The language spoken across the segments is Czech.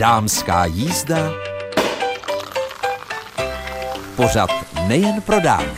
Dámská jízda, pořad nejen pro dámy.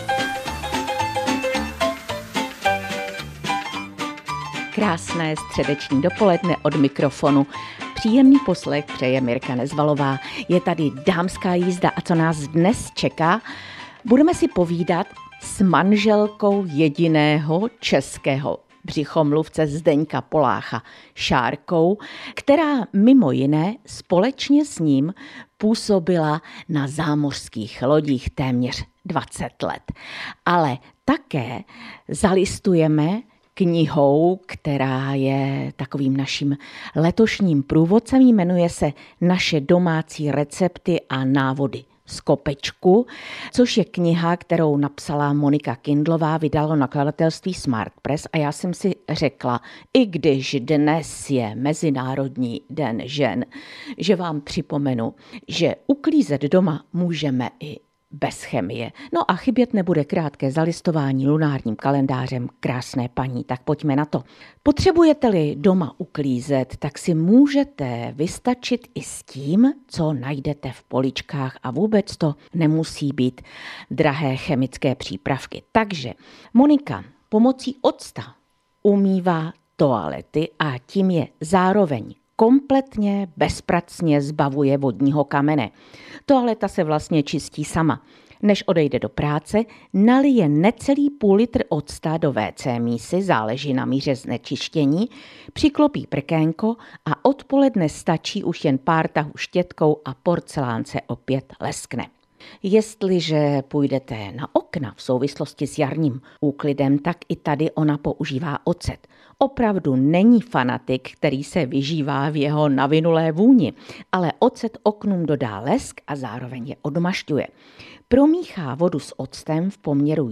Krásné středeční dopoledne od mikrofonu. Příjemný poslech přeje Mirka Nezvalová. Je tady Dámská jízda a co nás dnes čeká? Budeme si povídat s manželkou jediného českého břichomluvce Zdeňka Polácha, Šárkou, která mimo jiné společně s ním působila na zámořských lodích téměř 20 let. Ale také zalistujeme knihou, která je takovým naším letošním průvodcem, jmenuje se Naše domácí recepty a návody z kopečku, což je kniha, kterou napsala Monika Kindlová, vydalo nakladatelství Smart Press a já jsem si řekla, i když dnes je Mezinárodní den žen, že vám připomenu, že uklízet doma můžeme i bez chemie. No a chybět nebude krátké zalistování lunárním kalendářem krásné paní, tak pojďme na to. Potřebujete-li doma uklízet, tak si můžete vystačit i s tím, co najdete v poličkách a vůbec to nemusí být drahé chemické přípravky. Takže Monika pomocí octa umývá toalety a tím je zároveň kompletně bezpracně zbavuje vodního kamene. Toaleta se vlastně čistí sama. Než odejde do práce, nalije necelý půl litr octa do WC mísy, záleží na míře znečištění, přiklopí prkénko a odpoledne stačí už jen pár tahů štětkou a porcelán se opět leskne. Jestliže půjdete na okna v souvislosti s jarním úklidem, tak i tady ona používá ocet. Opravdu není fanatik, který se vyžívá v jeho navinulé vůni, ale ocet oknům dodá lesk a zároveň je odmašťuje. Promíchá vodu s octem v poměru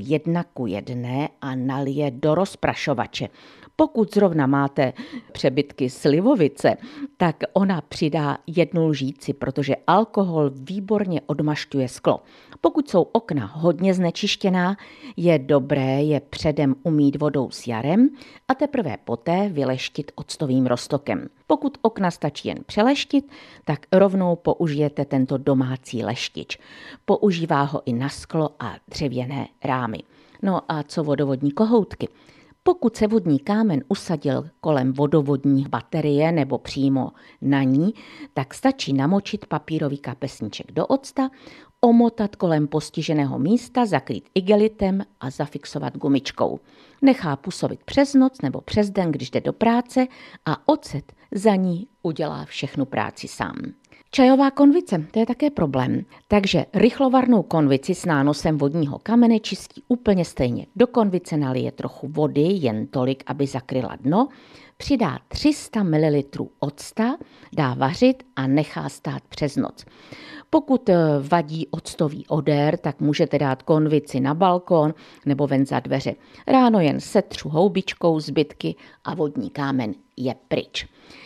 1:1 a nalije do rozprašovače. Pokud zrovna máte přebytky slivovice, tak ona přidá 1 lžíci, protože alkohol výborně odmašťuje sklo. Pokud jsou okna hodně znečištěná, je dobré je předem umýt vodou s jarem a teprve poté vyleštit octovým roztokem. Pokud okna stačí jen přeleštit, tak rovnou použijete tento domácí leštič. Používá ho i na sklo a dřevěné rámy. No a co vodovodní kohoutky? Pokud se vodní kámen usadil kolem vodovodní baterie nebo přímo na ní, tak stačí namočit papírový kapesníček do octa, omotat kolem postiženého místa, zakrýt igelitem a zafixovat gumičkou. Nechá působit přes noc nebo přes den, když jde do práce a ocet za ní udělá všechnu práci sám. Čajová konvice, to je také problém. Takže rychlovarnou konvici s nánosem vodního kamene čistí úplně stejně. Do konvice nalije trochu vody, jen tolik, aby zakryla dno, přidá 300 ml octa, dá vařit a nechá stát přes noc. Pokud vadí octový odér, tak můžete dát konvici na balkon nebo ven za dveře. Ráno jen setřu houbičkou zbytky a vodní kámen je pryč.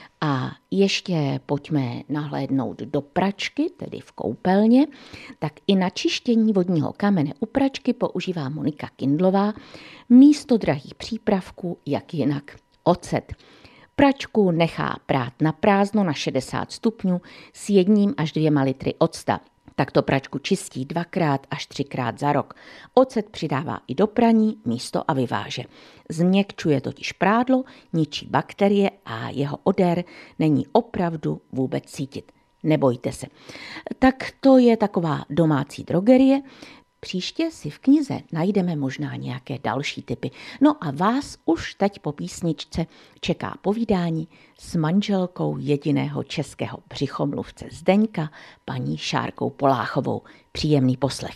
A ještě pojďme nahlédnout do pračky, tedy v koupelně, tak i na čištění vodního kamene u pračky používá Monika Kindlová místo drahých přípravků, jak jinak ocet. Pračku nechá prát na prázdno na 60 stupňů s 1 až 2 litry octa. Takto pračku čistí 2x až 3x za rok. Ocet přidává i do praní, místo a vyváže. Změkčuje totiž prádlo, ničí bakterie a jeho odér není opravdu vůbec cítit. Nebojte se. Tak to je taková domácí drogerie. Příště si v knize najdeme možná nějaké další tipy. No a vás už teď po písničce čeká povídání s manželkou jediného českého břichomluvce Zdeňka, paní Šárkou Poláchovou. Příjemný poslech.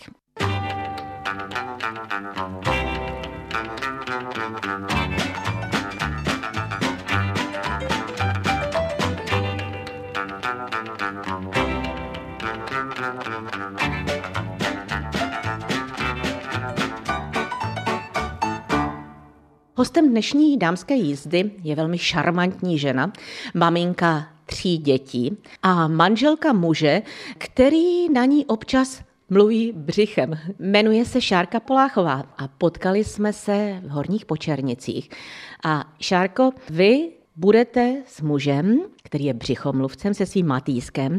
Hostem dnešní dámské jízdy je velmi šarmantní žena, maminka 3 dětí a manželka muže, který na ní občas mluví břichem. Jmenuje se Šárka Poláchová a potkali jsme se v Horních Počernicích. A Šárko, vy budete s mužem, který je břichomluvcem, se svým Matýskem,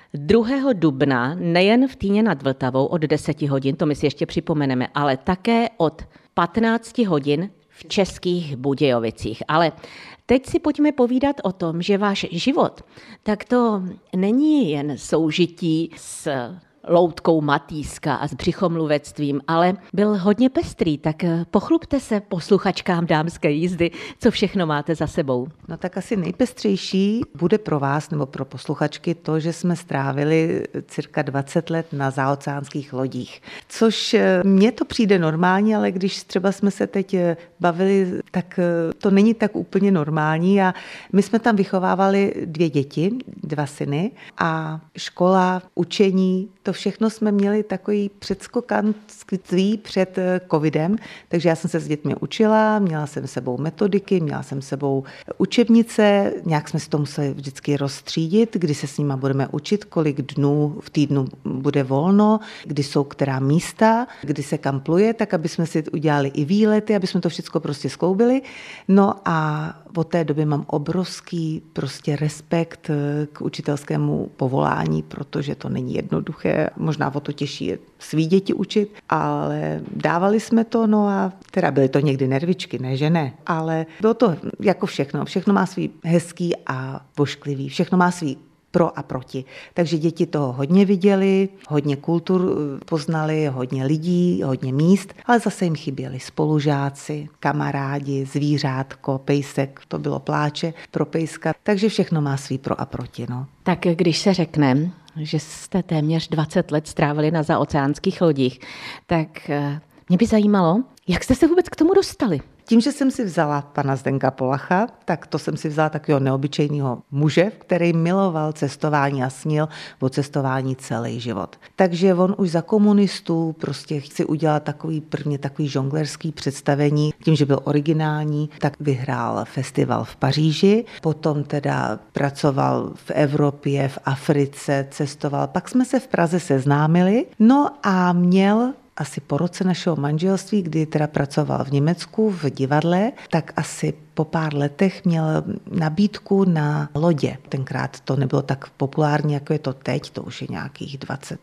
2. dubna nejen v Týně nad Vltavou od 10 hodin, to my si ještě připomeneme, ale také od 15 hodin v Českých Budějovicích. Ale teď si pojďme povídat o tom, že váš život, tak to není jen soužití s loutkou Matýska a s břichomluvectvím, ale byl hodně pestrý, tak pochlubte se posluchačkám Dámské jízdy, co všechno máte za sebou. No tak asi nejpestřejší bude pro vás nebo pro posluchačky to, že jsme strávili cirka 20 let na zaoceánských lodích. Což mně to přijde normální, ale když třeba jsme se teď bavili, tak to není tak úplně normální a my jsme tam vychovávali 2 děti, 2 syny a škola, učení, to všechno jsme měli takový předskokanství před covidem, takže já jsem se s dětmi učila, měla jsem s sebou metodiky, měla jsem s sebou učebnice, nějak jsme si to museli vždycky rozstřídit, kdy se s nima budeme učit, kolik dnů v týdnu bude volno, kdy jsou která místa, kdy se kam pluje, tak aby jsme si udělali i výlety, aby jsme to všechno prostě skloubili. No a od té doby mám obrovský prostě respekt k učitelskému povolání, protože to není jednoduché, možná o to těžší je svý děti učit, ale dávali jsme to, no a teda byly to někdy nervičky, ne, že ne, ale bylo to jako všechno má svý hezký a vošklivý, všechno má svý pro a proti. Takže děti toho hodně viděli, hodně kultur poznali, hodně lidí, hodně míst, ale zase jim chyběli spolužáci, kamarádi, zvířátko, pejsek, to bylo pláče pro pejska. Takže všechno má svý pro a proti. No. Tak když se řekne, že jste téměř 20 let strávili na zaoceánských lodích, tak mě by zajímalo, jak jste se vůbec k tomu dostali? Tím, že jsem si vzala pana Zdenka Polacha, tak to jsem si vzala takového neobyčejného muže, který miloval cestování a snil o cestování celý život. Takže on už za komunistů prostě chci udělat prvně takový žonglerský představení. Tím, že byl originální, tak vyhrál festival v Paříži, potom teda pracoval v Evropě, v Africe, cestoval. Pak jsme se v Praze seznámili, no a měl asi po roce našeho manželství, kdy teda pracoval v Německu v divadle, tak asi po pár letech měl nabídku na lodě. Tenkrát to nebylo tak populární, jako je to teď, to už je nějakých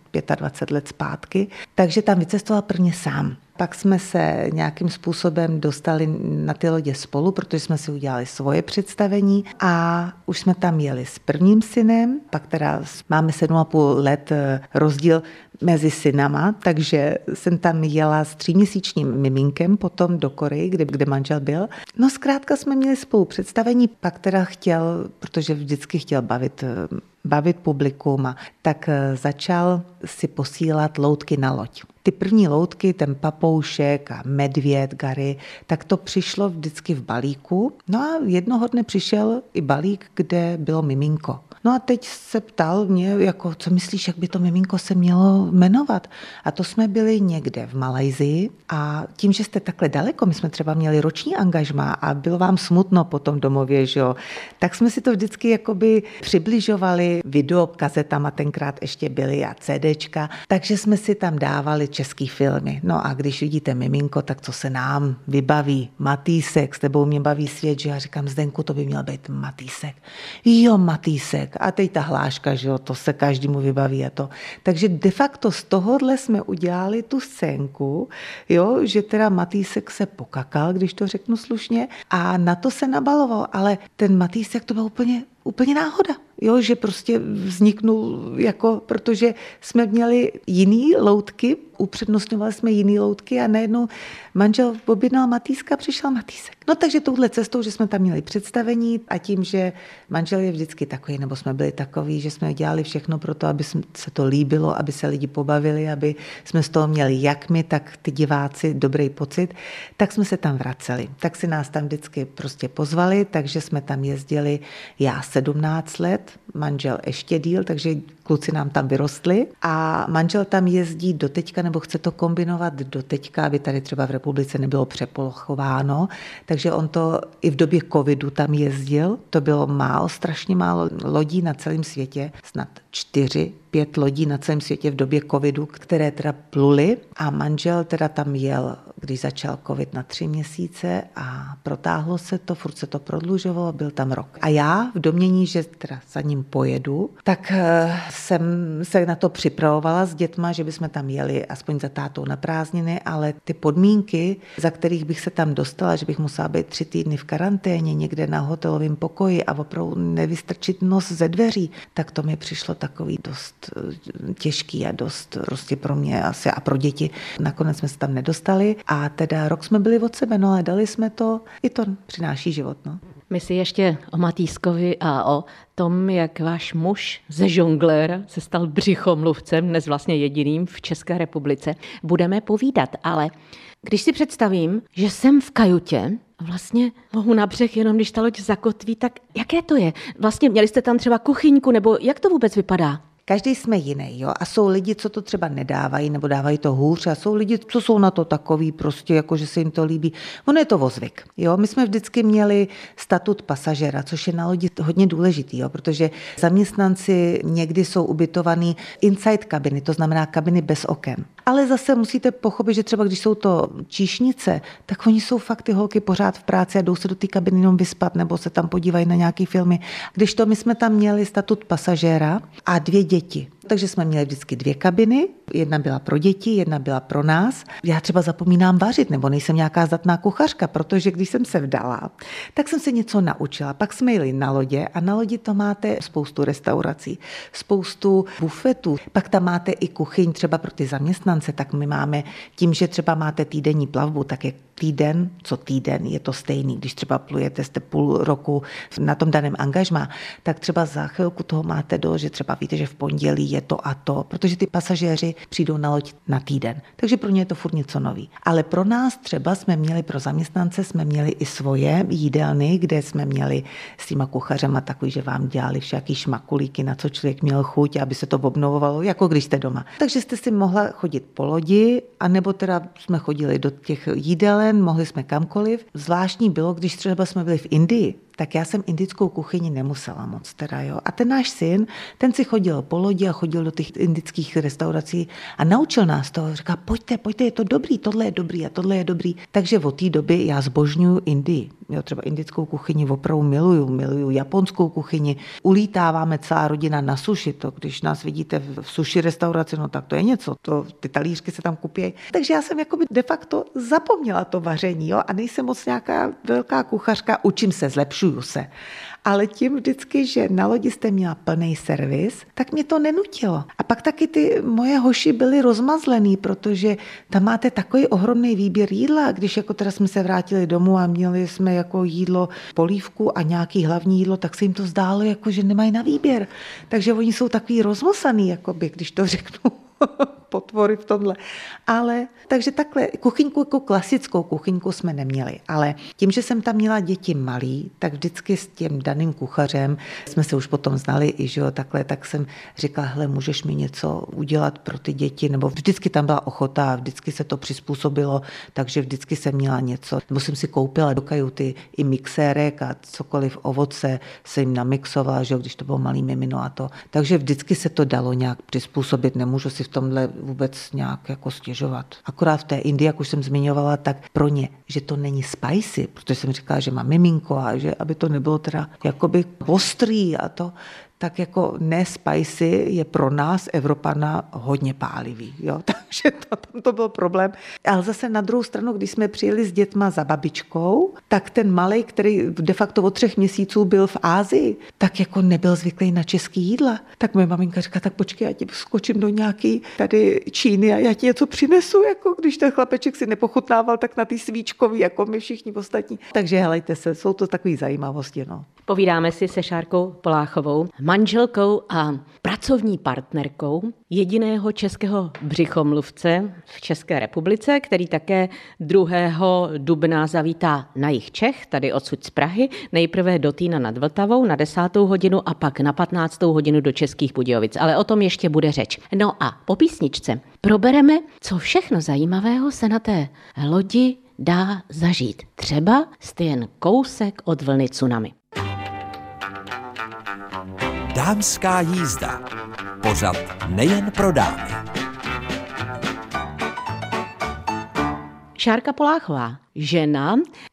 25 let zpátky. Takže tam vycestoval prvně sám. Pak jsme se nějakým způsobem dostali na ty lodě spolu, protože jsme si udělali svoje představení a už jsme tam jeli s prvním synem, pak teda máme 7,5 let rozdíl mezi synama, takže jsem tam jela s 3měsíčním miminkem potom do Koreji, kde manžel byl. No zkrátka jsme měli spolu představení, pak teda chtěl, protože vždycky chtěl bavit publikum, a tak začal si posílat loutky na loď. Ty první loutky, ten papoušek a medvěd, Gary, tak to přišlo vždycky v balíku. No a jednoho dne přišel i balík, kde bylo miminko. No a teď se ptal mě, jako, co myslíš, jak by to miminko se mělo jmenovat? A to jsme byli někde v Malajsii a tím, že jste takhle daleko, my jsme třeba měli roční angažmá a bylo vám smutno po tom domově, že jo, tak jsme si to vždycky jakoby přibližovali videokazetama, tenkrát ještě byly a CDčka, takže jsme si tam dávali český filmy. No a když vidíte miminko, tak co se nám vybaví? Matýsek, s tebou mě baví svět, že já říkám, Zdenku, to by měl být Matýsek. Jo, Matýsek. A teď ta hláška, že jo, to se každému vybaví a to. Takže de facto z tohohle jsme udělali tu scénku, jo, že teda Matýsek se pokakal, když to řeknu slušně, a na to se nabaloval, ale ten Matýsek to byl úplně náhoda. Jo, že prostě vzniknul protože jsme měli jiný loutky, upřednostňovali jsme jiný loutky a najednou manžel objednal Matýska, přišel Matýsek. No takže touhle cestou, že jsme tam měli představení a tím, že manžel je vždycky takový, nebo jsme byli takový, že jsme dělali všechno pro to, aby se to líbilo, aby se lidi pobavili, aby jsme z toho měli jak my, tak ty diváci dobrý pocit, tak jsme se tam vraceli. Tak si nás tam vždycky prostě pozvali, takže jsme tam jezdili já 17 let, manžel ještě díl, takže kluci nám tam vyrostli a manžel tam jezdí doteďka, nebo chce to kombinovat doteďka, aby tady třeba v republice nebylo přepolochováno, takže on to i v době covidu tam jezdil, to bylo strašně málo lodí na celém světě, snad 4-5 lodí na celém světě v době covidu, které teda pluly a manžel teda tam jel, když začal covid na 3 měsíce a protáhlo se to, furt se to prodlužovalo, byl tam rok. A já v domnění, že teda za ním pojedu, tak jsem se na to připravovala s dětma, že bychom tam jeli aspoň za tátou na prázdniny, ale ty podmínky, za kterých bych se tam dostala, že bych musela být 3 týdny v karanténě někde na hotelovém pokoji a opravdu nevystrčit nos ze dveří, tak to mi přišlo takový dost těžký a dost prostě pro mě asi a pro děti. Nakonec jsme se tam nedostali a teda rok jsme byli od sebe, no ale dali jsme to, i to přináší život, no. My si ještě o Matýskovi a o tom, jak váš muž ze žongléra se stal břichomluvcem, dnes vlastně jediným v České republice, budeme povídat, ale když si představím, že jsem v kajutě a vlastně mohu na břeh jenom, když ta loď zakotví, tak jaké to je? Vlastně měli jste tam třeba kuchyňku, nebo jak to vůbec vypadá? Každý jsme jiný, jo. A jsou lidi, co to třeba nedávají, nebo dávají to hůř, a jsou lidi, co jsou na to takový prostě, jako že se jim to líbí. Ono je to ozvyk, jo. My jsme vždycky měli statut pasažera, což je na lodi hodně důležitý, jo, protože zaměstnanci někdy jsou ubytovaní inside kabiny, to znamená kabiny bez oken. Ale zase musíte pochopit, že třeba když jsou to číšnice, tak oni jsou fakt ty holky pořád v práci a jdou se do té kabiny jenom vyspat nebo se tam podívají na nějaký filmy. Když to my jsme tam měli statut pasažéra a 2 děti. Takže jsme měli vždycky 2 kabiny, jedna byla pro děti, jedna byla pro nás. Já třeba zapomínám vařit, nebo nejsem nějaká zdatná kuchařka, protože když jsem se vdala, tak jsem se něco naučila. Pak jsme jeli na lodě a na lodi to máte spoustu restaurací, spoustu bufetů. Pak tam máte i kuchyň třeba pro ty zaměstnance, tak my máme tím, že třeba máte týdenní plavbu, tak je týden, co týden, je to stejný. Když třeba plujete, jste půl roku na tom daném angažmá, tak třeba za chvilku toho máte že třeba víte, že v pondělí je to a to, protože ty pasažéři přijdou na loď na týden. Takže pro ně je to furt něco nový. Ale pro nás třeba pro zaměstnance jsme měli i svoje jídelny, kde jsme měli s těma kuchařema takový, že vám dělali všaký šmakulíky, na co člověk měl chuť, aby se to obnovovalo, jako když jste doma. Takže jste si mohla chodit po lodi, anebo teda jsme chodili do těch jídelen, mohli jsme kamkoliv. Zvláštní bylo, když třeba jsme byli v Indii, tak já jsem indickou kuchyni nemusela moc teda, jo. A ten náš syn, ten si chodil po lodi a chodil do těch indických restaurací a naučil nás to. Říká, pojďte, je to dobrý, tohle je dobrý a tohle je dobrý. Takže od té doby já zbožňuju Indii. Jo, třeba indickou kuchyni opravdu miluju japonskou kuchyni. Ulítáváme celá rodina na sushi, to když nás vidíte v sushi restauraci, no tak to je něco, ty talířky se tam kupějí. Takže já jsem jakoby de facto zapomněla to vaření, jo, a nejsem moc nějaká velká kuchařka, učím se, zlepšuju se. Ale tím vždycky, že na lodi jste měla plný servis, tak mě to nenutilo. A pak taky ty moje hoši byly rozmazlený, protože tam máte takový ohromný výběr jídla, když jako teda jsme se vrátili domů a měli jsme jako jídlo, polívku a nějaký hlavní jídlo, tak se jim to zdálo, jako že nemají na výběr. Takže oni jsou takový rozmosaný, jakoby, když to řeknu. Potvory v tomhle. Ale takže takhle kuchyňku jako klasickou kuchyňku jsme neměli, ale tím, že jsem tam měla děti malý, tak vždycky s tím daným kuchařem jsme se už potom znali i, že jo, takhle, tak jsem říkala, hele, můžeš mi něco udělat pro ty děti, nebo vždycky tam byla ochota, vždycky se to přizpůsobilo, takže vždycky jsem měla něco, nebo jsem si koupila do kajuty i mixérek a cokoliv ovoce se jim namixovala, že jo, když to bylo malý mimino a to, takže vždycky se to dalo nějak přizpůsobit, nemůžu si v tomhle vůbec nějak jako stěžovat. Akorát v té Indii, jak už jsem zmiňovala, tak pro ně, že to není spicy, protože jsem říkala, že má miminko a že aby to nebylo teda jakoby ostrý a to, tak jako ne spicy je pro nás, Evropana, hodně pálivý. Jo? Takže tam to byl problém. Ale zase na druhou stranu, když jsme přijeli s dětma za babičkou, tak ten malej, který de facto od 3 měsíců byl v Ázii, tak jako nebyl zvyklý na český jídla. Tak moje maminka říká, tak počkej, já ti skočím do nějaký tady Číny a já ti něco přinesu, jako když ten chlapeček si nepochutnával, tak na ty svíčkový, jako my všichni ostatní. Takže helejte se, jsou to takové zajímavosti. No. Povídáme si se Šárkou Poláchovou, manželkou a pracovní partnerkou jediného českého břichomluvce v České republice, který také 2. dubna zavítá na jih Čech, tady odsud z Prahy, nejprve do Týna nad Vltavou na 10. hodinu a pak na 15. hodinu do Českých Budějovic. Ale o tom ještě bude řeč. No a po písničce probereme, co všechno zajímavého se na té lodi dá zažít. Třeba jste jen kousek od vlny tsunami. Dámská jízda. Pořad nejen pro dámy. Šárka Poláchová, žena,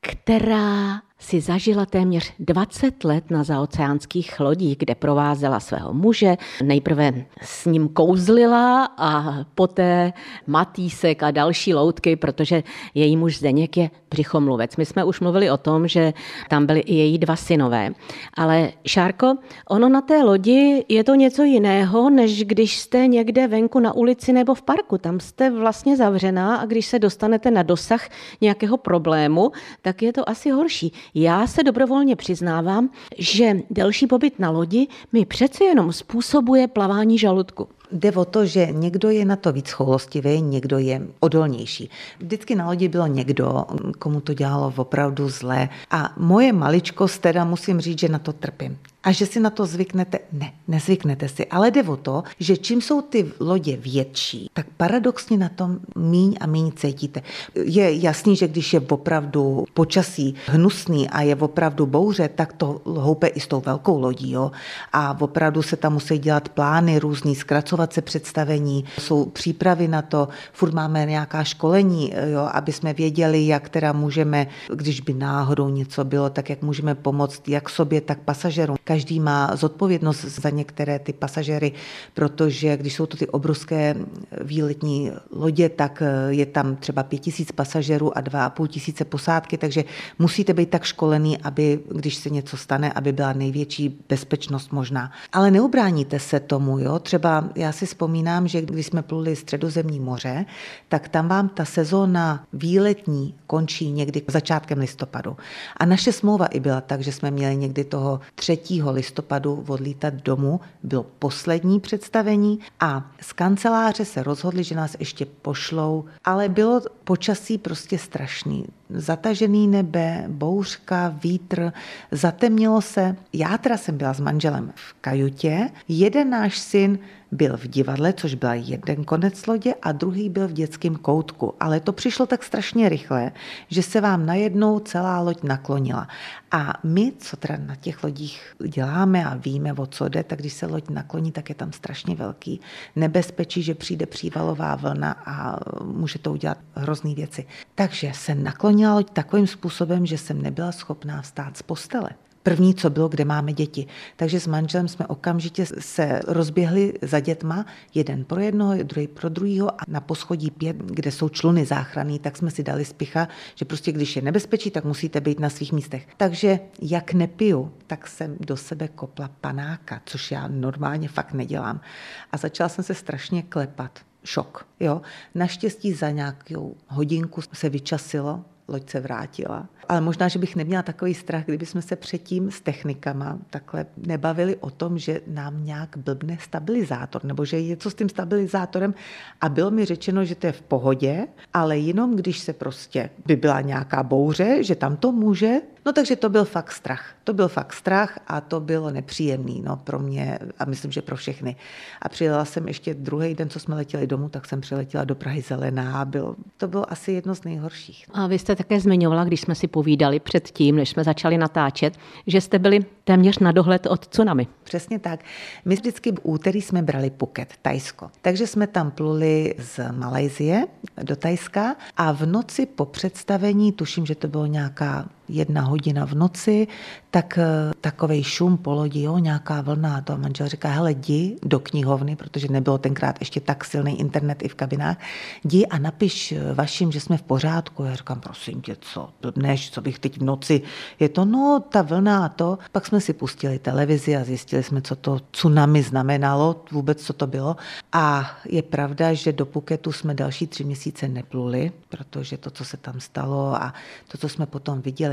která si zažila téměř 20 let na zaoceánských lodích, kde provázela svého muže. Nejprve s ním kouzlila a poté Matýsek a další loutky, protože její muž Zdeněk je břichomluvec. My jsme už mluvili o tom, že tam byli i její 2 synové. Ale Šárko, ono na té lodi je to něco jiného, než když jste někde venku na ulici nebo v parku. Tam jste vlastně zavřená a když se dostanete na dosah nějakého problému, tak je to asi horší. Já se dobrovolně přiznávám, že delší pobyt na lodi mi přece jenom způsobuje plavání žaludku. Jde o to, že někdo je na to víc choulostivý, někdo je odolnější. Vždycky na lodi bylo někdo, komu to dělalo opravdu zlé. A moje maličkost teda musím říct, že na to trpím. A že si na to zvyknete? Ne, nezvyknete si. Ale jde o to, že čím jsou ty lodě větší, tak paradoxně na tom míň a míň cítíte. Je jasný, že když je opravdu počasí hnusný a je opravdu bouře, tak to houpe i s tou velkou lodí. Jo? A opravdu se tam musí dělat plány různý, zkracovat se představení, jsou přípravy na to, furt máme nějaká školení, jo? Aby jsme věděli, jak teda můžeme, když by náhodou něco bylo, tak jak můžeme pomoct jak sobě, tak pasažerům. Každý má zodpovědnost za některé ty pasažéry, protože když jsou to ty obrovské výletní lodě, tak je tam třeba 5000 pasažerů a 2500 posádky, takže musíte být tak školený, aby když se něco stane, aby byla největší bezpečnost možná. Ale neubráníte se tomu, jo? Třeba já si vzpomínám, že když jsme pluli Středozemní moře, tak tam vám ta sezóna výletní končí někdy začátkem listopadu. A naše smlouva i byla tak, že jsme měli někdy toho 3. listopadu odlítat domů, bylo poslední představení a z kanceláře se rozhodli, že nás ještě pošlou, ale bylo počasí prostě strašný. Zatažený nebe, bouřka, vítr, zatemnilo se. Já teda jsem byla s manželem v kajutě, jeden náš syn byl v divadle, což byl jeden konec lodě a druhý byl v dětském koutku. Ale to přišlo tak strašně rychle, že se vám najednou celá loď naklonila. A my, co teda na těch lodích děláme a víme, o co jde, tak když se loď nakloní, tak je tam strašně velký nebezpečí, že přijde přívalová vlna a může to udělat hrozný věci. Takže se naklonila loď takovým způsobem, že jsem nebyla schopná vstát z postele. První, co bylo, kde máme děti. Takže s manželem jsme okamžitě se rozběhli za dětma, jeden pro jednoho, druhý pro druhýho a na poschodí 5, kde jsou čluny záchranný, tak jsme si dali spicha, že prostě když je nebezpečí, tak musíte být na svých místech. Takže jak nepiju, tak jsem do sebe kopla panáka, což já normálně fakt nedělám. A začala jsem se strašně klepat. Šok. Jo? Naštěstí za nějakou hodinku se vyčasilo, loď se vrátila. Ale možná, že bych neměla takový strach, kdyby jsme se předtím s technikama takhle nebavili o tom, že nám nějak blbne stabilizátor, nebo že je něco s tím stabilizátorem a bylo mi řečeno, že to je v pohodě, ale jenom když se prostě by byla nějaká bouře, že tam to může. No takže to byl fakt strach. To byl fakt strach a to bylo nepříjemný, no, pro mě a myslím, že pro všechny. A přijela jsem ještě druhý den, co jsme letěli domů, tak jsem přiletěla do Prahy zelená a to bylo asi jedno z nejhorších. A vy jste také zmiňovala, když jsme si povídali předtím, než jsme začali natáčet, že jste byli téměř na dohled od tsunami. Přesně tak. My vždycky v úterý jsme brali Phuket, Thajsko. Takže jsme tam pluli z Malajsie do Thajska a v noci po představení, tuším, že to bylo nějaká 1 hodina v noci, tak takovej šum po lodi, jo, nějaká vlna. A to manžel říká, hele, jdi do knihovny, protože nebylo tenkrát ještě tak silný internet i v kabinách, jdi a napiš vašim, že jsme v pořádku. Já říkám, prosím tě, co blbneš, co bych teď v noci, je to, no, ta vlna a to. Pak jsme si pustili televizi a zjistili jsme, co to tsunami znamenalo, vůbec co to bylo. A je pravda, že do Phuketu jsme další 3 měsíce nepluli, protože to, co se tam stalo a to, co jsme potom viděli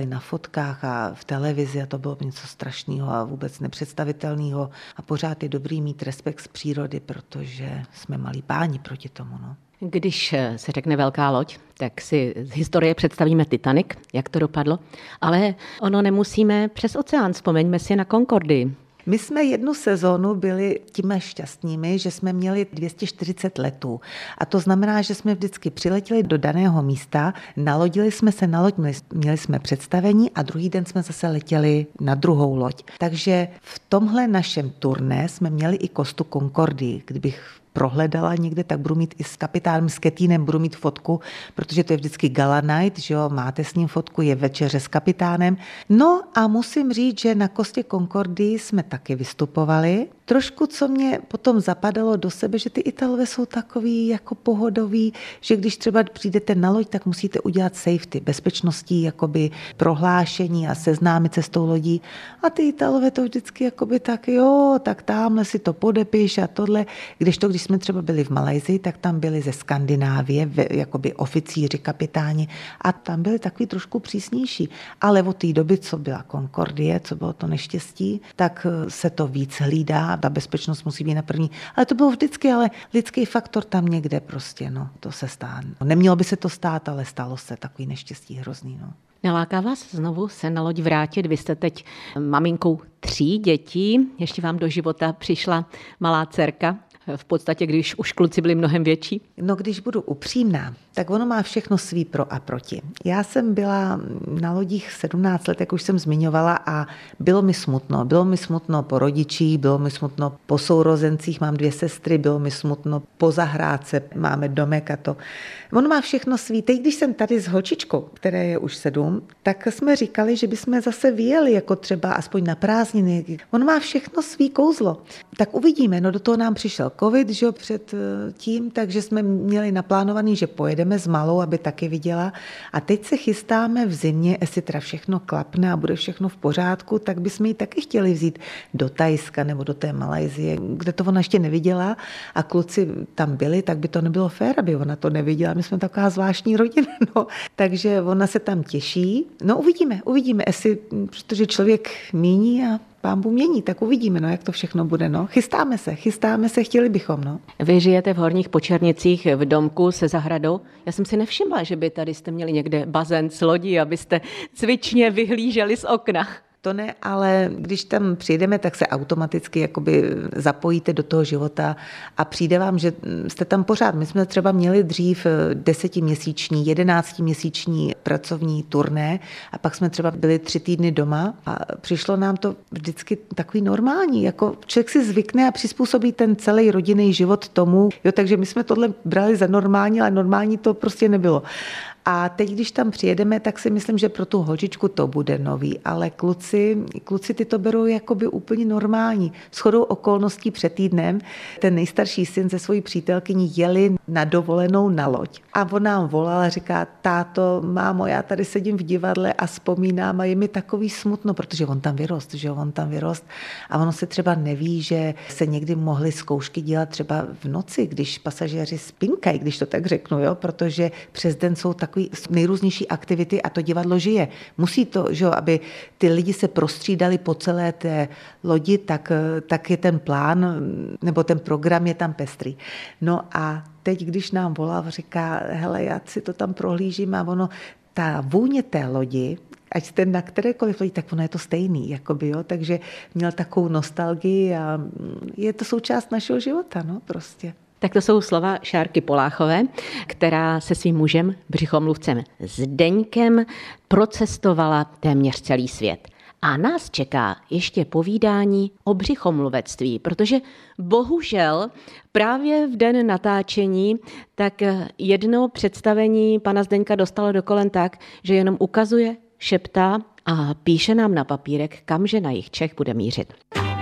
viděli na fotkách a v televizi a to bylo něco strašného a vůbec nepředstavitelného a pořád je dobrý mít respekt z přírody, protože jsme malí páni proti tomu. No. Když se řekne velká loď, tak si z historie představíme Titanic, jak to dopadlo, ale ono nemusíme přes oceán, vzpomeňme si na Concordii. My jsme jednu sezónu byli tím šťastnými, že jsme měli 240 letů. A to znamená, že jsme vždycky přiletěli do daného místa, nalodili jsme se na loď, měli jsme představení a druhý den jsme zase letěli na druhou loď. Takže v tomhle našem turné jsme měli i Costu Concordii. Kdybych prohledala někde, tak budu mít i s kapitánem, s Ketínem, budu mít fotku, protože to je vždycky gala night, že jo, máte s ním fotku, je večeře s kapitánem. No a musím říct, že na Costě Concordii jsme taky vystupovali. Trošku, co mě potom zapadalo do sebe, že ty Italové jsou takový jako pohodoví, že když třeba přijdete na loď, tak musíte udělat safety, bezpečnostní jakoby prohlášení a seznámit se s tou lodí. A ty Italové to vždycky jakoby tak, jo, tak tamhle si to podepiš a tohle. Když jsme třeba byli v Malajsii, tak tam byli ze Skandinávie, jakoby oficíři, kapitáni a tam byli takový trošku přísnější. Ale od té doby, co byla Concordie, co bylo to neštěstí, tak se to víc hlídá, ta bezpečnost musí být na první. Ale to bylo vždycky, ale lidský faktor tam někde prostě, no, to se stane. Nemělo by se to stát, ale stalo se, takový neštěstí hrozný, no. Neláká vás znovu se na loď vrátit? Vy jste teď maminkou 3 dětí, ještě vám do života přišla malá dcerka. V podstatě, když už kluci byli mnohem větší? No, když budu upřímná, tak ono má všechno svý pro a proti. Já jsem byla na lodích 17 let, jak už jsem zmiňovala, a bylo mi smutno. Bylo mi smutno po rodičích, bylo mi smutno po sourozencích, mám 2 sestry, bylo mi smutno po zahrádce, máme domek a to. Ono má všechno svý. Teď, když jsem tady s holčičkou, které je už 7, tak jsme říkali, že bychom zase vyjeli, jako třeba aspoň na prázdniny. Ono má všechno svý kouzlo. Tak uvidíme, no do toho nám přišel covid, že jo, před tím, takže jsme měli naplánovaný, že pojedeme s malou, aby taky viděla. A teď se chystáme v zimě, jestli teda všechno klapne a bude všechno v pořádku, tak bychom ji taky chtěli vzít do Thajska nebo do té Malajsie, kde to ona ještě neviděla a kluci tam byli, tak by to nebylo fér, aby ona to neviděla. My jsme taková zvláštní rodina, no. Takže ona se tam těší. No uvidíme, jestli, protože člověk míní a Pán Bůh mění, tak uvidíme, no, jak to všechno bude. No. Chystáme se, chtěli bychom. No. Vy žijete v Horních Počernicích v domku se zahradou. Já jsem si nevšimla, že by tady jste měli někde bazén s lodí, abyste cvičně vyhlíželi z okna. To ne, ale když tam přijedeme, tak se automaticky jakoby zapojíte do toho života a přijde vám, že jste tam pořád. My jsme třeba měli dřív 10měsíční, 11měsíční pracovní turné a pak jsme třeba byli 3 týdny doma a přišlo nám to vždycky takový normální. Jako člověk si zvykne a přizpůsobí ten celý rodinný život tomu. Jo, takže my jsme tohle brali za normální, ale normální to prostě nebylo. A teď, když tam přijedeme, tak si myslím, že pro tu holčičku to bude nový, ale kluci ty to berou jakoby úplně normální. Shodou okolností před týdnem ten nejstarší syn se svojí přítelkyní jeli na dovolenou na loď. A on nám volal a říká, táto, mámo, já tady sedím v divadle a vzpomínám a je mi takový smutno, protože on tam vyrost. A ono se třeba neví, že se někdy mohly zkoušky dělat třeba v noci, když pasažéři spinkají, když to tak řeknu, jo, protože přes den jsou takový nejrůznější aktivity a to divadlo žije. Musí to, že jo, aby ty lidi se prostřídali po celé té lodi, tak je ten plán, nebo ten program je tam pestrý. No a teď, když nám volal, říká, hele, já si to tam prohlížím a ono, ta vůně té lodi, ať jste na kterékoliv lodi, tak ono je to stejný, jakoby, jo, takže měl takovou nostalgii a je to součást našeho života, no, prostě. Tak to jsou slova Šárky Poláchové, která se svým mužem, břichomluvcem Zdeňkem, procestovala téměř celý svět. A nás čeká ještě povídání o břichomluvectví, protože bohužel právě v den natáčení tak jedno představení pana Zdeňka dostalo do kolen tak, že jenom ukazuje, šeptá a píše nám na papírek, kamže na jih Čech bude mířit.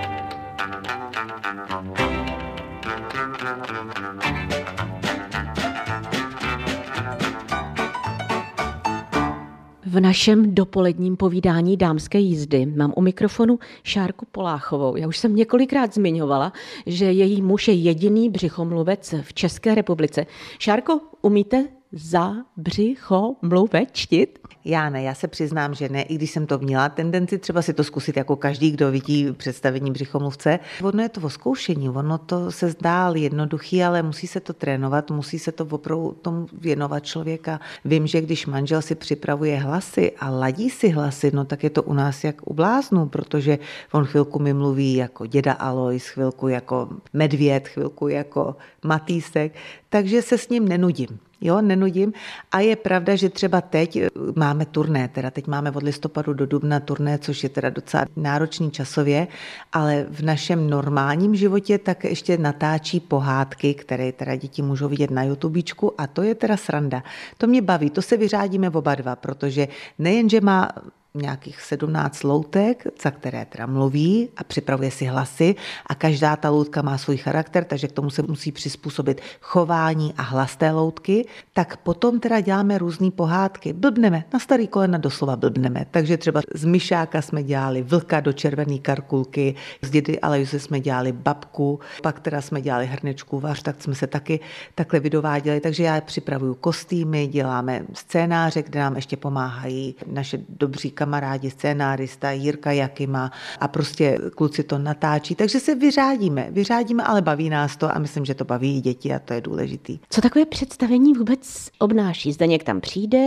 V našem dopoledním povídání dámské jízdy mám u mikrofonu Šárku Poláchovou. Já už jsem několikrát zmiňovala, že její muž je jediný břichomluvec v České republice. Šárko, umíte zabřichomluvečtit? Já ne, já se přiznám, že ne, i když jsem to měla tendenci třeba si to zkusit jako každý, kdo vidí představení Břichomluvce. Ono je to o zkoušení, ono to se zdá jednoduchý, ale musí se to trénovat, musí se to opravdu tomu věnovat člověka. Vím, že když manžel si připravuje hlasy a ladí si hlasy, no tak je to u nás jak u bláznů, protože on chvilku mi mluví jako děda Alois, chvilku jako medvěd, chvilku jako Matýsek, takže se s ním nenudím. Jo, nenudím. A je pravda, že třeba teď máme turné, teda teď máme od listopadu do dubna turné, což je teda docela náročný časově, ale v našem normálním životě tak ještě natáčí pohádky, které teda děti můžou vidět na YouTubečku a to je teda sranda. To mě baví, to se vyřádíme oba dva, protože nejenže má nějakých 17 loutek, za které teda mluví a připravuje si hlasy a každá ta loutka má svůj charakter, takže k tomu se musí přizpůsobit chování a hlas té loutky, tak potom teda děláme různý pohádky. Blbneme, na starý kolena doslova blbneme, takže třeba z myšáka jsme dělali vlka do červený karkulky, z dědy Aloise jsme dělali babku, pak teda jsme dělali hrnečku vař, tak jsme se taky takhle vydováděli, takže já připravuju kostýmy, děláme scénáře, kde nám ještě pomáhají naše dobří kamarádi, scénárista Jirka Jakima a prostě kluci to natáčí, takže se vyřádíme, ale baví nás to a myslím, že to baví i děti a to je důležitý. Co takové představení vůbec obnáší? Zdeněk tam přijde,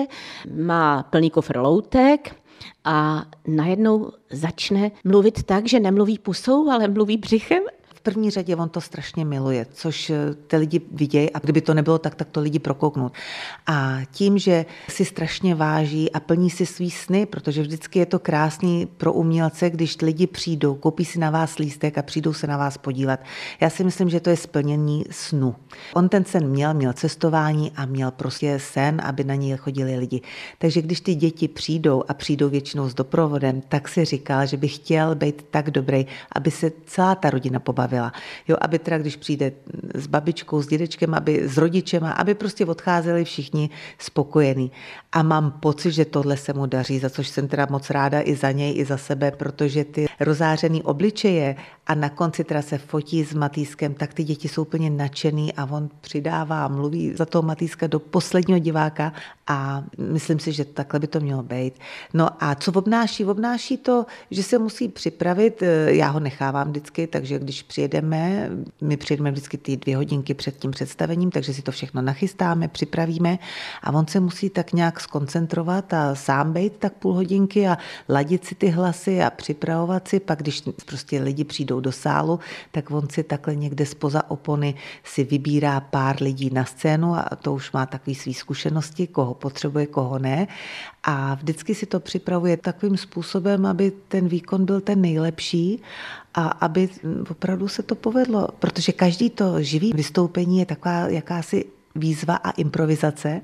má plný kufr loutek a najednou začne mluvit tak, že nemluví pusou, ale mluví břichem? V první řadě on to strašně miluje, což ty lidi vidějí a kdyby to nebylo tak to lidi prokouknout. A tím, že si strašně váží a plní si svý sny, protože vždycky je to krásný pro umělce, když lidi přijdou, koupí si na vás lístek a přijdou se na vás podívat. Já si myslím, že to je splnění snu. On ten sen měl cestování a měl prostě sen, aby na něj chodili lidi. Takže když ty děti přijdou a přijdou většinou s doprovodem, tak si říkal, že by chtěl být tak dobrý, aby se celá ta rodina pobavila. Jo, aby teda, když přijde s babičkou, s dědečkem, aby s rodičema, aby prostě odcházeli všichni spokojení. A mám pocit, že tohle se mu daří, za což jsem teda moc ráda i za něj, i za sebe, protože ty rozářený obličeje a na konci teda se fotí s Matýskem, tak ty děti jsou úplně nadšený a on přidává a mluví za toho Matýska do posledního diváka a myslím si, že takhle by to mělo být. No a co obnáší? Obnáší to, že se musí připravit, já ho nechávám vždycky, takže když my přijedeme vždycky ty 2 hodinky před tím představením, takže si to všechno nachystáme, připravíme a on se musí tak nějak skoncentrovat a sám být tak půl hodinky a ladit si ty hlasy a připravovat si, pak když prostě lidi přijdou do sálu, tak on si takhle někde zpoza opony si vybírá pár lidí na scénu a to už má takový svý zkušenosti, koho potřebuje, koho ne a vždycky si to připravuje takovým způsobem, aby ten výkon byl ten nejlepší a aby opravdu se to povedlo, protože každý to živý vystoupení je taková jakási výzva a improvizace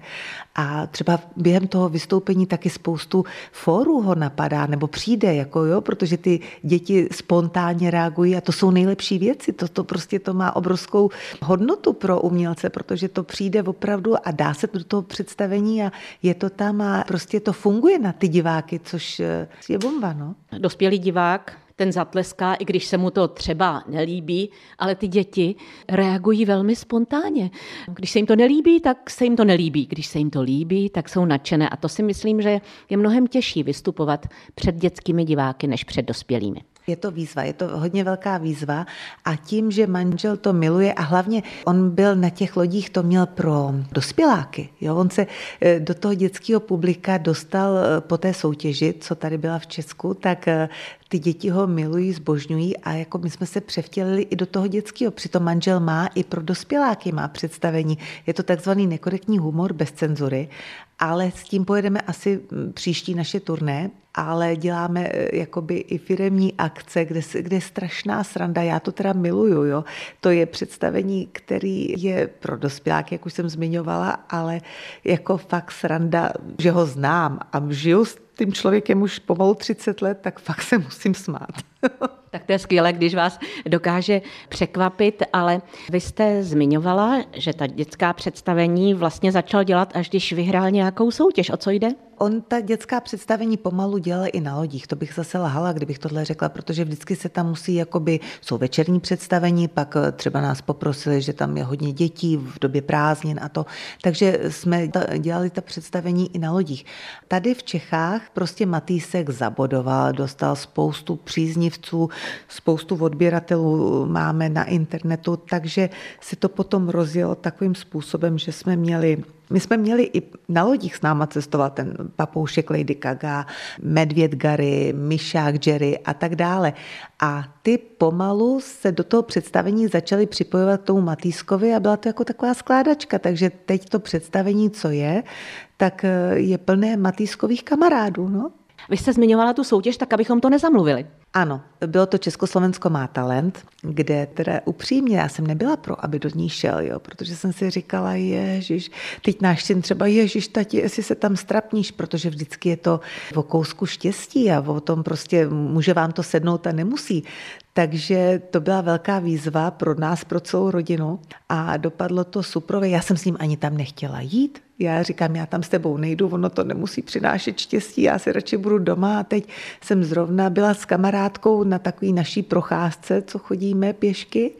a třeba během toho vystoupení taky spoustu fórů ho napadá nebo přijde, jako jo, protože ty děti spontánně reagují a to jsou nejlepší věci, to prostě to má obrovskou hodnotu pro umělce, protože to přijde opravdu a dá se do toho představení a je to tam a prostě to funguje na ty diváky, což je bomba, no. Dospělý divák ten zatleská, i když se mu to třeba nelíbí, ale ty děti reagují velmi spontánně. Když se jim to nelíbí, tak se jim to nelíbí. Když se jim to líbí, tak jsou nadšené. A to si myslím, že je mnohem těžší vystupovat před dětskými diváky, než před dospělými. Je to výzva, je to hodně velká výzva a tím, že manžel to miluje a hlavně on byl na těch lodích, to měl pro dospěláky. Jo? On se do toho dětského publika dostal po té soutěži, co tady byla v Česku, tak ty děti ho milují, zbožňují a jako my jsme se převtělili i do toho dětského. Přitom manžel má i pro dospěláky má představení. Je to takzvaný nekorektní humor bez cenzury, ale s tím pojedeme asi příští naše turné, ale děláme jakoby i firemní akce, kde je strašná sranda. Já to teda miluju, jo. To je představení, který je pro dospěláky, jak už jsem zmiňovala, ale jako fakt sranda, že ho znám a žiju s tím člověkem už pomalu 30 let, tak fakt se musím smát. Tak to je skvělé, když vás dokáže překvapit, ale vy jste zmiňovala, že ta dětská představení vlastně začal dělat, až když vyhrál nějakou soutěž. O co jde? On ta dětská představení pomalu dělá i na lodích, to bych zase lhala, kdybych tohle řekla, protože vždycky se tam musí, jsou večerní představení, pak třeba nás poprosili, že tam je hodně dětí v době prázdnin a to, takže jsme dělali ta představení i na lodích. Tady v Čechách prostě Matýsek zabodoval, dostal spoustu příznivců, spoustu odběratelů máme na internetu, takže se to potom rozjelo takovým způsobem, že my jsme měli i na lodích s náma cestovat ten papoušek Lady Gaga, medvěd Gary, myšák Jerry a tak dále. A ty pomalu se do toho představení začaly připojovat k tomu Matýskovi a byla to jako taková skládačka. Takže teď to představení, co je, tak je plné Matýskových kamarádů. No. Vy jste zmiňovala tu soutěž, tak abychom to nezamluvili. Ano, bylo to Československo má talent, kde teda upřímně, já jsem nebyla pro, aby do ní šel, protože jsem si říkala, ježiš, teď náš syn třeba, ježiš, tati, jestli se tam strapníš, protože vždycky je to o kousku štěstí a o tom prostě může vám to sednout a nemusí. Takže to byla velká výzva pro nás, pro celou rodinu a dopadlo to super. Já jsem s ním ani tam nechtěla jít. Já říkám, já tam s tebou nejdu, ono to nemusí přinášet štěstí, já si radši budu doma a teď jsem zrovna byla s kamarádkou na takový naší procházce, co chodíme pěšky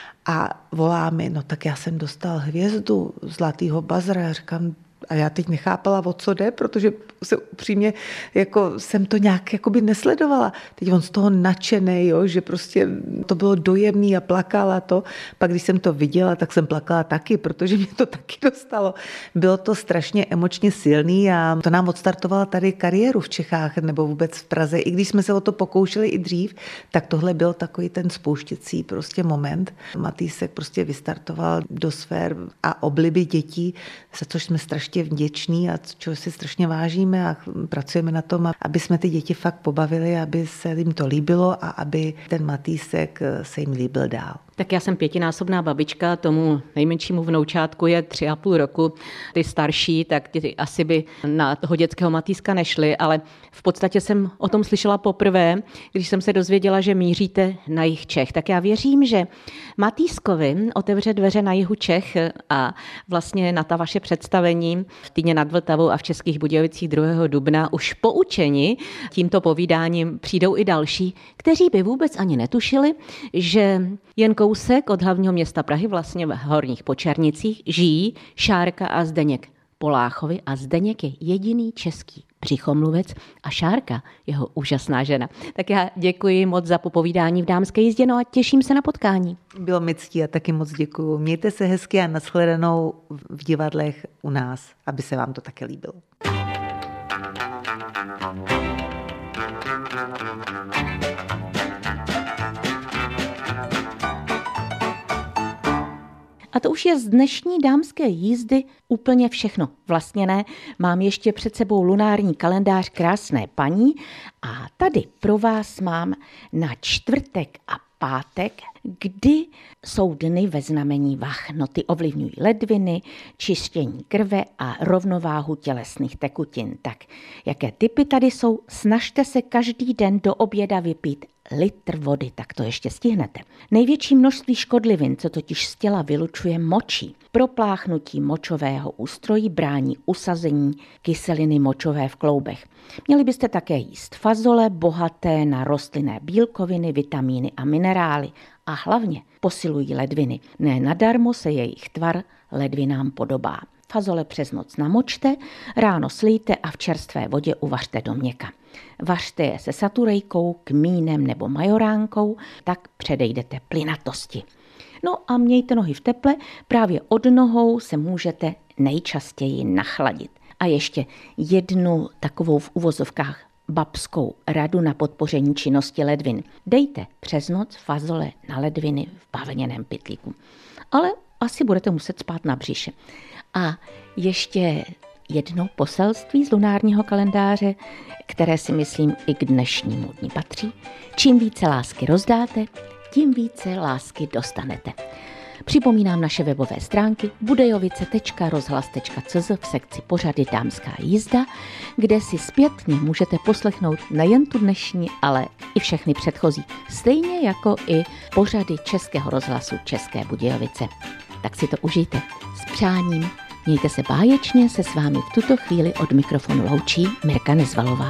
a voláme, no tak já jsem dostal hvězdu zlatýho bazra, já říkám, a já teď nechápala, o co jde, protože se upřímně jsem to nějak nesledovala. Teď on z toho nadšený, že prostě to bylo dojemný a plakala to. Pak když jsem to viděla, tak jsem plakala taky, protože mě to taky dostalo. Bylo to strašně emočně silný a to nám odstartovalo tady kariéru v Čechách nebo vůbec v Praze. I když jsme se o to pokoušeli i dřív, tak tohle byl takový ten spouštěcí prostě moment. Matýsek prostě vystartoval do sfér a obliby dětí, za což jsme strašně vděční a čeho si strašně vážíme a pracujeme na tom, aby jsme ty děti fakt pobavili, aby se jim to líbilo a aby ten Matýsek se jim líbil dál. Tak já jsem 5násobná babička, tomu nejmenšímu vnoučátku je 3,5 roku. Ty starší, tak ty asi by na toho dětského Matýska nešli, ale v podstatě jsem o tom slyšela poprvé, když jsem se dozvěděla, že míříte na jih Čech. Tak já věřím, že Matýskovi otevře dveře na jihu Čech a vlastně na ta vaše představení v Týně nad Vltavou a v Českých Budějovicích 2. dubna už poučeni tímto povídáním přijdou i další, kteří by vůbec ani netušili, že jen kousek od hlavního města Prahy, vlastně v Horních Počernicích, žijí Šárka a Zdeněk Poláchovi a Zdeněk je jediný český břichomluvec a Šárka, jeho úžasná žena. Tak já děkuji moc za popovídání v Dámské jízdě, no a těším se na potkání. Bylo mi ctí a taky moc děkuju. Mějte se hezky a nashledanou v divadlech u nás, aby se vám to také líbilo. A to už je z dnešní Dámské jízdy úplně všechno. Vlastně ne, mám ještě před sebou lunární kalendář Krásné paní a tady pro vás mám na čtvrtek a pátek, kdy jsou dny ve znamení vah. No ty ovlivňují ledviny, čištění krve a rovnováhu tělesných tekutin. Tak jaké tipy tady jsou? Snažte se každý den do oběda vypít litr vody, tak to ještě stihnete. Největší množství škodlivin, co totiž z těla vylučuje močí. Propláchnutí močového ústrojí brání usazení kyseliny močové v kloubech. Měli byste také jíst fazole bohaté na rostlinné bílkoviny, vitamíny a minerály a hlavně posilují ledviny. Ne nadarmo se jejich tvar ledvinám podobá. Fazole přes noc namočte, ráno slijte a v čerstvé vodě uvařte do měka. Vařte je se saturejkou, kmínem nebo majoránkou, tak předejdete plynatosti. No a mějte nohy v teple, právě od nohou se můžete nejčastěji nachladit. A ještě jednu takovou v uvozovkách babskou radu na podpoření činnosti ledvin. Dejte přes noc fazole na ledviny v bavlněném pytlíku. Ale asi budete muset spát na břiše. A ještě jedno poselství z lunárního kalendáře, které si myslím i k dnešnímu dni patří. Čím více lásky rozdáte, tím více lásky dostanete. Připomínám naše webové stránky budejovice.rozhlas.cz v sekci pořady Dámská jízda, kde si zpětně můžete poslechnout nejen tu dnešní, ale i všechny předchozí, stejně jako i pořady Českého rozhlasu České Budějovice. Tak si to užijte. S přáním Mějte se báječně, se s vámi v tuto chvíli od mikrofonu loučí Mirka Nezvalová.